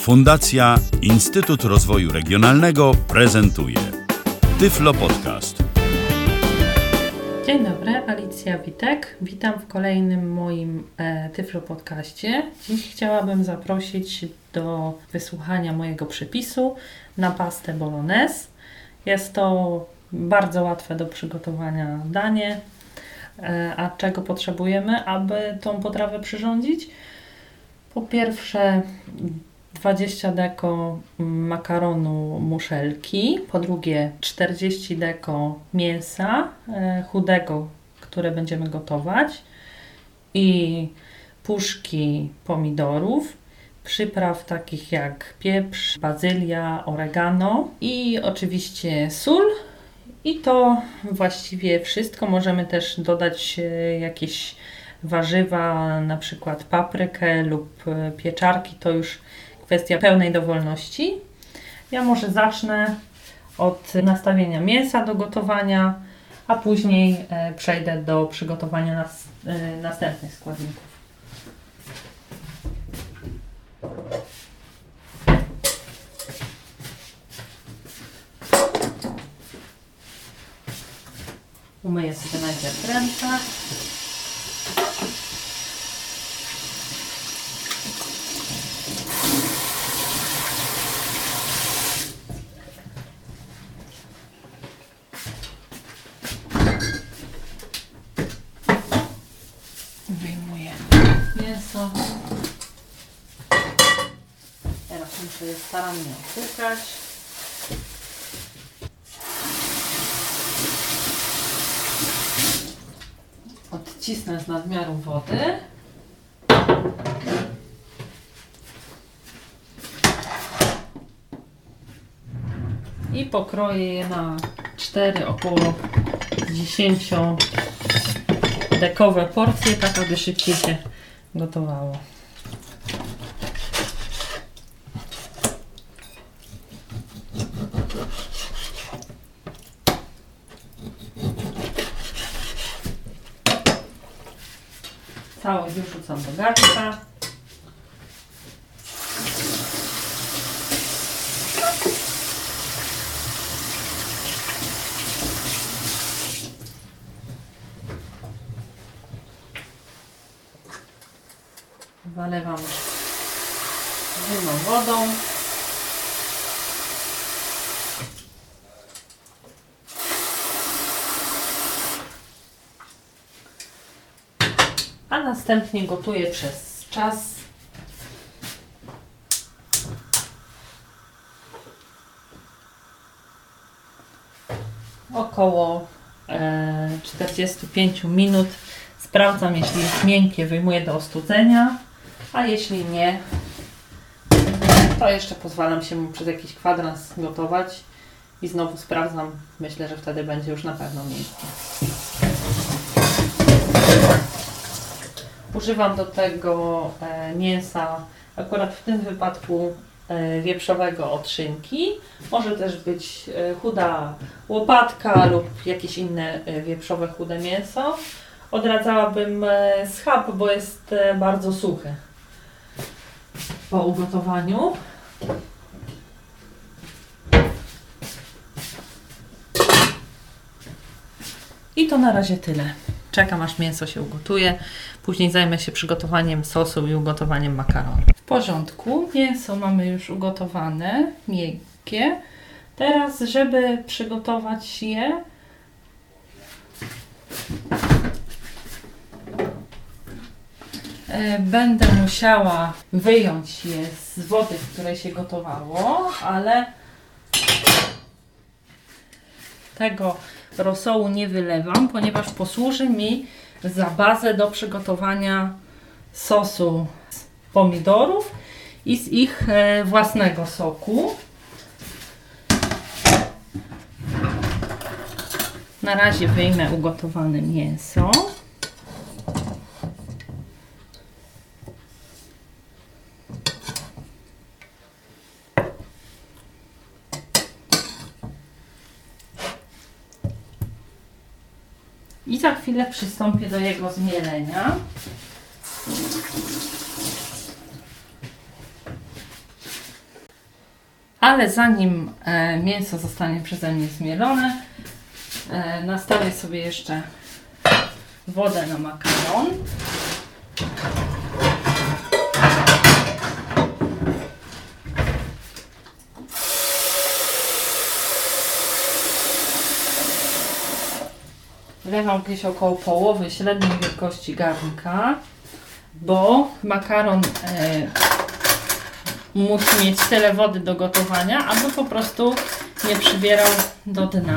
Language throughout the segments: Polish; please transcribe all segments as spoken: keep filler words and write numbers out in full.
Fundacja Instytut Rozwoju Regionalnego prezentuje Tyflo Podcast. Dzień dobry, Alicja Witek. Witam w kolejnym moim e, Tyflo Podcaście. Dziś chciałabym zaprosić do wysłuchania mojego przepisu na pastę bolognese. Jest to bardzo łatwe do przygotowania danie. E, a czego potrzebujemy, aby tą potrawę przyrządzić? Po pierwsze dwadzieścia deko makaronu muszelki, po drugie czterdzieści deko mięsa e, chudego, które będziemy gotować, i puszki pomidorów, przypraw takich jak pieprz, bazylia, oregano i oczywiście sól. I to właściwie wszystko. Możemy też dodać e, jakieś warzywa, na przykład paprykę lub e, pieczarki, to już kwestia pełnej dowolności. Ja może zacznę od nastawienia mięsa do gotowania, a później e, przejdę do przygotowania nas, e, następnych składników. Umyję sobie najpierw ręce. Wyjmuję mięso. Teraz muszę je starannie opłukać. Odcisnę z nadmiaru wody. I pokroję je na cztery około dziesięciodekowe porcje, tak aby szybciej się gotowało. Całość wyrzucam do garnka. Zalewam zimną wodą. A następnie gotuję przez czas około e, czterdzieści pięć minut. Sprawdzam, jeśli jest miękkie, wyjmuję do ostudzenia, a jeśli nie, to jeszcze pozwalam się mu przez jakiś kwadrans gotować i znowu sprawdzam. Myślę, że wtedy będzie już na pewno miękkie. Używam do tego e, mięsa, akurat w tym wypadku e, wieprzowego od szynki. Może też być e, chuda łopatka lub jakieś inne e, wieprzowe chude mięso. Odradzałabym e, schab, bo jest e, bardzo suchy po ugotowaniu. I to na razie tyle. Czekam, aż mięso się ugotuje. Później zajmę się przygotowaniem sosu i ugotowaniem makaronu. W porządku. Mięso mamy już ugotowane, miękkie. Teraz, żeby przygotować je, będę musiała wyjąć je z wody, w której się gotowało, ale tego rosołu nie wylewam, ponieważ posłuży mi za bazę do przygotowania sosu z pomidorów i z ich własnego soku. Na razie wyjmę ugotowane mięso. I za chwilę przystąpię do jego zmielenia. Ale zanim e, mięso zostanie przeze mnie zmielone, e, nastawię sobie jeszcze wodę na makaron. Wlewam gdzieś około połowy średniej wielkości garnka, bo makaron e, musi mieć tyle wody do gotowania, aby po prostu nie przybierał do dna.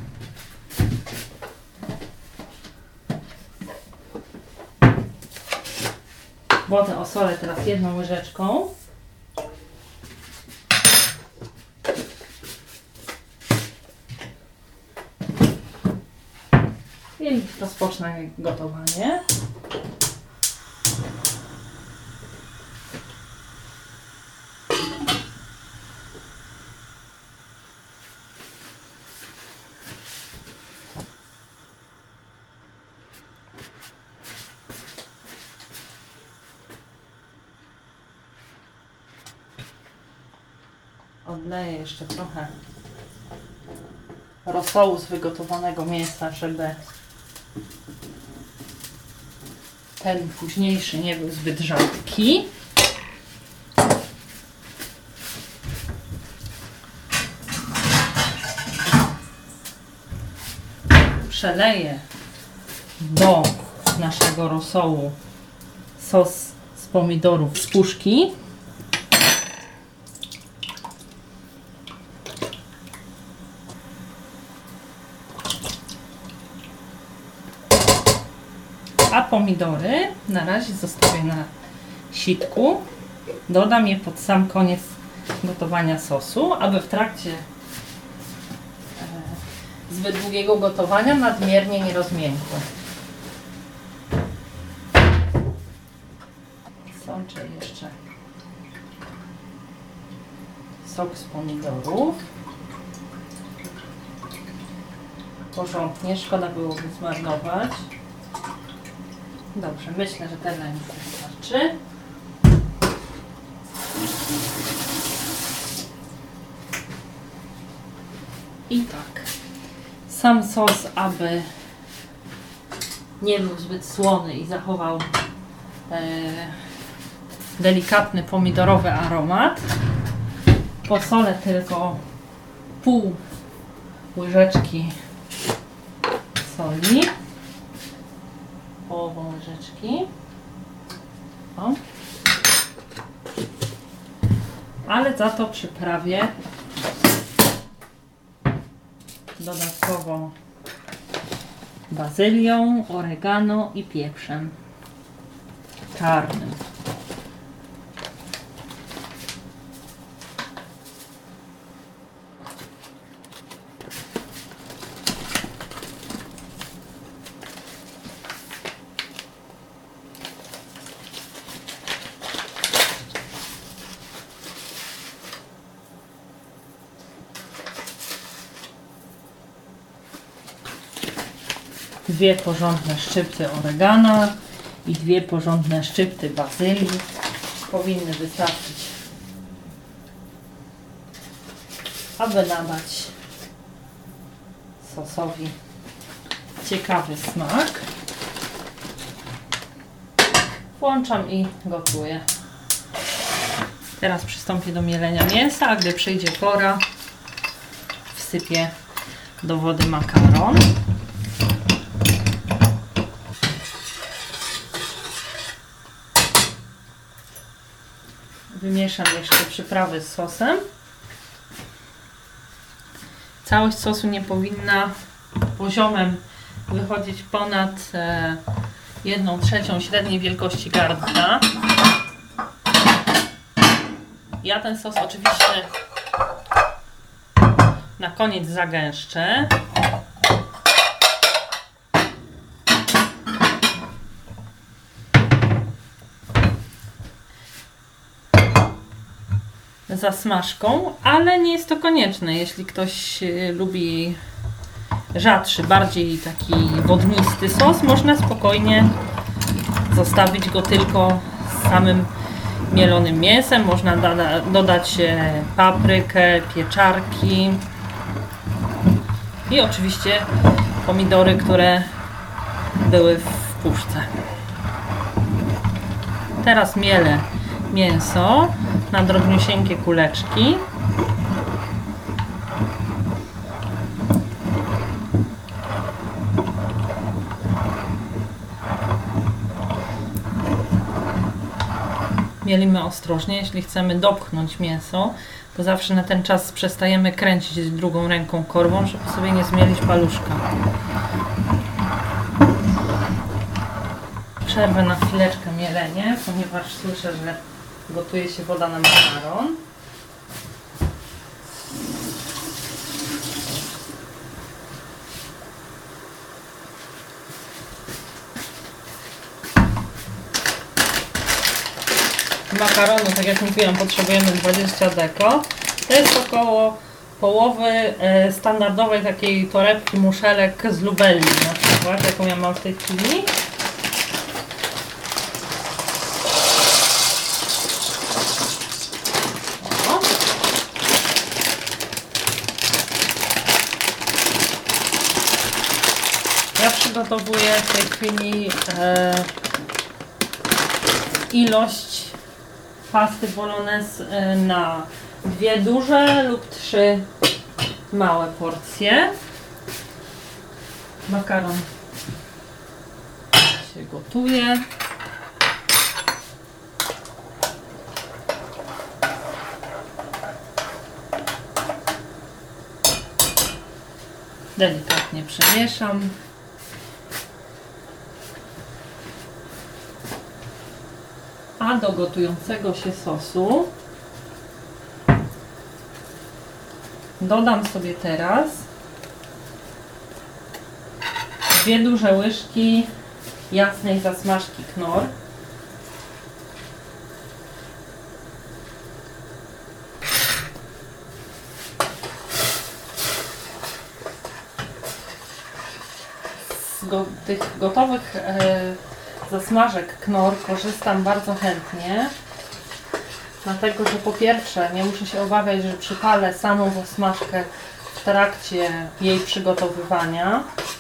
Wodę osolę teraz jedną łyżeczką. I rozpocznę gotowanie. Odleję jeszcze trochę rosołu z wygotowanego mięsa, żeby ten późniejszy nie był zbyt rzadki. Przeleję do naszego rosołu sos z pomidorów z puszki. A pomidory na razie zostawię na sitku. Dodam je pod sam koniec gotowania sosu, aby w trakcie e, zbyt długiego gotowania nadmiernie nie rozmiękły. Sączę jeszcze sok z pomidorów. Porządnie, szkoda byłoby zmarnować. Dobrze, myślę, że tyle mi wystarczy. I tak, sam sos, aby nie był zbyt słony i zachował e, delikatny pomidorowy aromat, posolę tylko pół łyżeczki soli. Połową łyżeczki. O. Ale za to przyprawię dodatkowo bazylią, oregano i pieprzem czarnym. Dwie porządne szczypty oregano i dwie porządne szczypty bazylii powinny wystarczyć, aby nadać sosowi ciekawy smak. Włączam i gotuję. Teraz przystąpię do mielenia mięsa, a gdy przyjdzie pora, wsypię do wody makaron. Wymieszam jeszcze przyprawy z sosem. Całość sosu nie powinna poziomem wychodzić ponad jedną trzecią średniej wielkości garnka. Ja ten sos oczywiście na koniec zagęszczę. Zasmażką, ale nie jest to konieczne. Jeśli ktoś lubi rzadszy, bardziej taki wodnisty sos, można spokojnie zostawić go tylko z samym mielonym mięsem. Można doda dodać paprykę, pieczarki i oczywiście pomidory, które były w puszce. Teraz mielę mięso na drobniusieńkie kuleczki. Mielimy ostrożnie, jeśli chcemy dopchnąć mięso, to zawsze na ten czas przestajemy kręcić drugą ręką korwą, żeby sobie nie zmielić paluszka. Przerwę na chwileczkę mielenie, ponieważ słyszę, że gotuje się woda na makaron. Makaronu, tak jak mówiłam, potrzebujemy dwadzieścia deko. To jest około połowy standardowej takiej torebki muszelek z Lubelli, na przykład, jaką ja mam w tej chwili. O. Ja przygotowuję w tej chwili e, ilość pasty bolognese na dwie duże lub trzy małe porcje. Makaron się gotuje. Delikatnie przemieszam. A do gotującego się sosu dodam sobie teraz dwie duże łyżki jasnej zasmażki Knorr. Z go tych gotowych e, zasmażek Knorr korzystam bardzo chętnie, dlatego że po pierwsze nie muszę się obawiać, że przypalę samą zasmażkę w trakcie jej przygotowywania,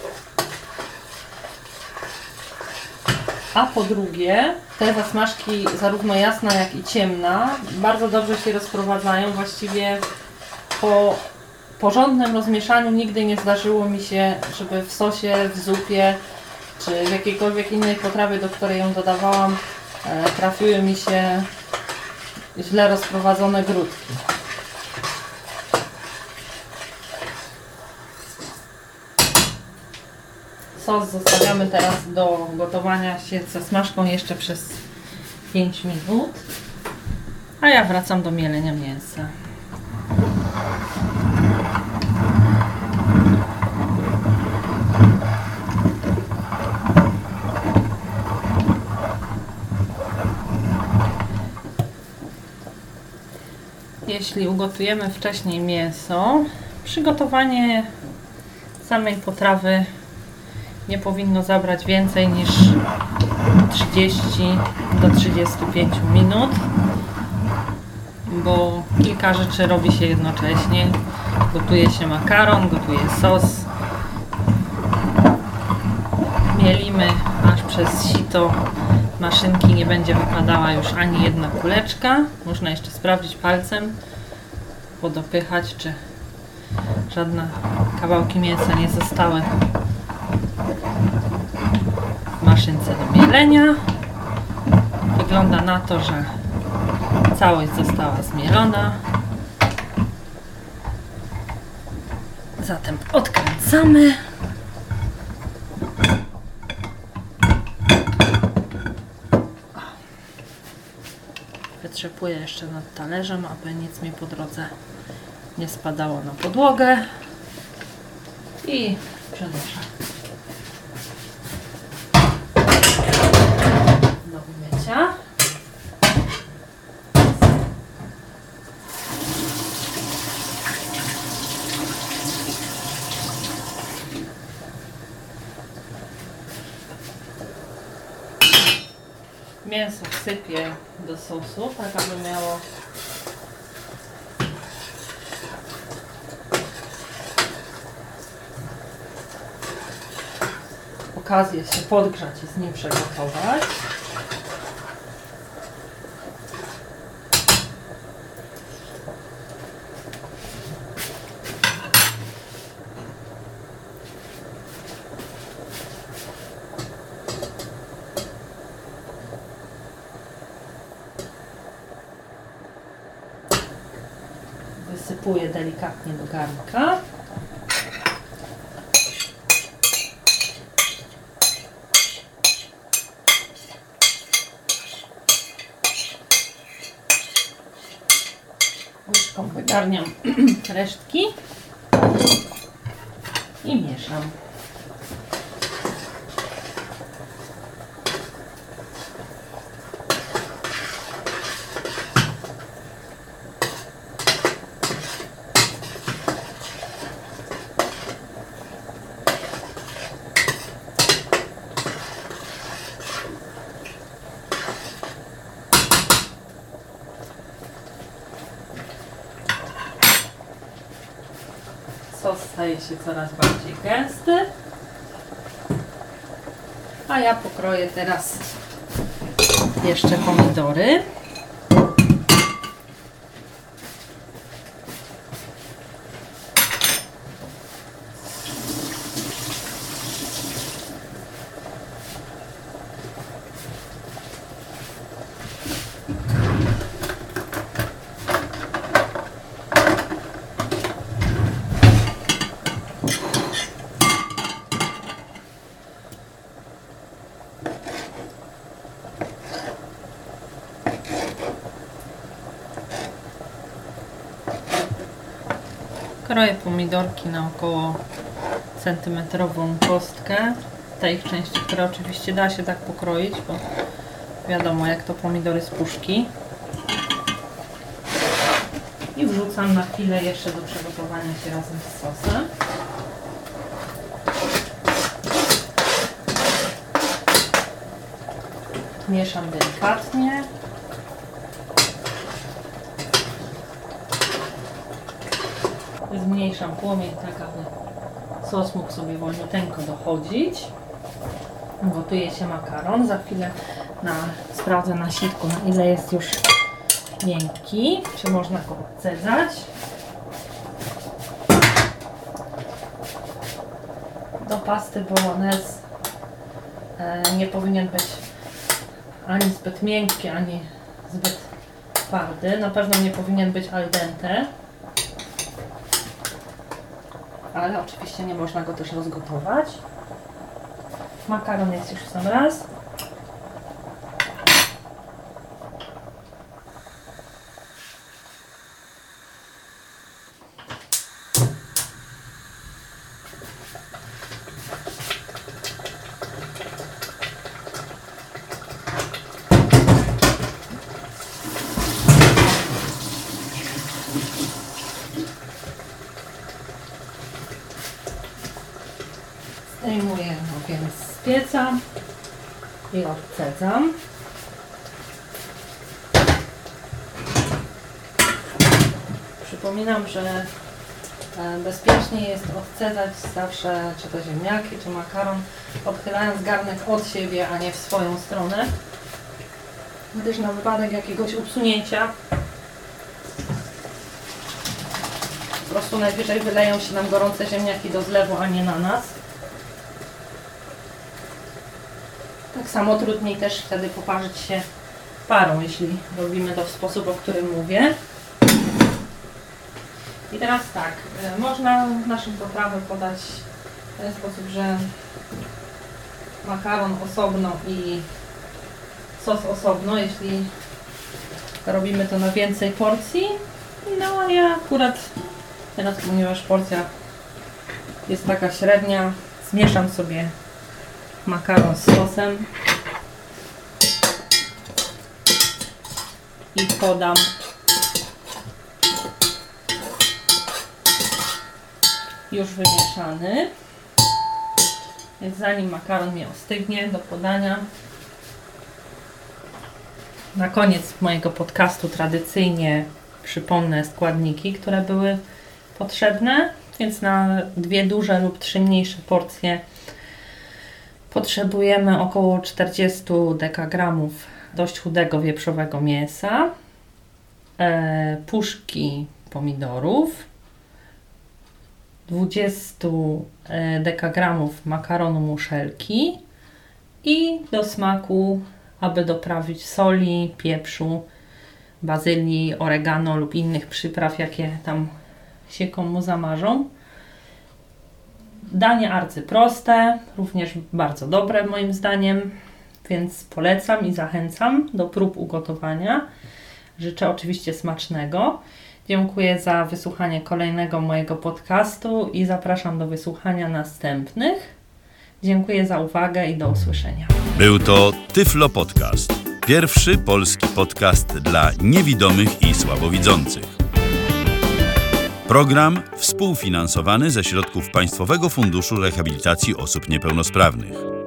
a po drugie te zasmażki, zarówno jasna jak i ciemna, bardzo dobrze się rozprowadzają. Właściwie po porządnym rozmieszaniu nigdy nie zdarzyło mi się, żeby w sosie, w zupie czy w jakiejkolwiek innej potrawie, do której ją dodawałam, trafiły mi się źle rozprowadzone grudki. Sos zostawiamy teraz do gotowania się ze smażką jeszcze przez pięć minut, a ja wracam do mielenia mięsa. Jeśli ugotujemy wcześniej mięso, przygotowanie samej potrawy nie powinno zabrać więcej niż trzydzieści do trzydziestu pięciu minut, bo kilka rzeczy robi się jednocześnie. Gotuje się makaron, gotuje sos, mielimy aż przez sito maszynki nie będzie wypadała już ani jedna kuleczka. Można jeszcze sprawdzić palcem, podopychać, czy żadne kawałki mięsa nie zostały w maszynce do mielenia. Wygląda na to, że całość została zmielona. Zatem odkręcamy. Wytrzepuję jeszcze nad talerzem, aby nic mi po drodze nie spadało na podłogę i przenoszę do umycia. mięso wsypię do sosu, tak aby miało okazję się podgrzać i z nim przygotować. Wysypuję delikatnie do garnka. Łyżką wygarniam resztki i mieszam. Sos staje się coraz bardziej gęsty, a ja pokroję teraz jeszcze pomidory. Kroję pomidorki na około centymetrową kostkę. Te ich części, które oczywiście da się tak pokroić, bo wiadomo jak to pomidory z puszki. I wrzucam na chwilę jeszcze do przygotowania się razem z sosem. Mieszam delikatnie. Zmniejszam płomień tak, aby sos mógł sobie wolniuteńko dochodzić. Gotuje się makaron. Za chwilę na, sprawdzę na sitku, na ile jest już miękki, czy można go odcedzać. Do pasty bolognese e, nie powinien być ani zbyt miękki, ani zbyt twardy. Na pewno nie powinien być al dente. Ale oczywiście nie można go też rozgotować. Makaron jest już w sam raz. Zdejmuję go więc z pieca i odcedzam. Przypominam, że bezpiecznie jest odcedzać zawsze czy to ziemniaki, czy makaron, odchylając garnek od siebie, a nie w swoją stronę, gdyż na wypadek jakiegoś usunięcia po prostu najwyżej wyleją się nam gorące ziemniaki do zlewu, a nie na nas. Tak samo trudniej też wtedy poparzyć się parą, jeśli robimy to w sposób, o którym mówię. I teraz tak, można naszą potrawę podać w ten sposób, że makaron osobno i sos osobno, jeśli robimy to na więcej porcji. No a ja akurat teraz, ponieważ porcja jest taka średnia, zmieszam sobie makaron z sosem i podam już wymieszany. Więc zanim makaron mi ostygnie do podania, Na koniec mojego podcastu tradycyjnie przypomnę składniki, które były potrzebne, więc na dwie duże lub trzy mniejsze porcje potrzebujemy około czterdzieści dekagramów dość chudego wieprzowego mięsa, e, puszki pomidorów, dwadzieścia dekagramów makaronu muszelki i do smaku, aby doprawić soli, pieprzu, bazylii, oregano lub innych przypraw, jakie tam się komu zamarzą. Danie arcyproste, również bardzo dobre moim zdaniem, więc polecam i zachęcam do prób ugotowania. Życzę oczywiście smacznego. Dziękuję za wysłuchanie kolejnego mojego podcastu i zapraszam do wysłuchania następnych. Dziękuję za uwagę i do usłyszenia. Był to Tyflo Podcast. Pierwszy polski podcast dla niewidomych i słabowidzących. Program współfinansowany ze środków Państwowego Funduszu Rehabilitacji Osób Niepełnosprawnych.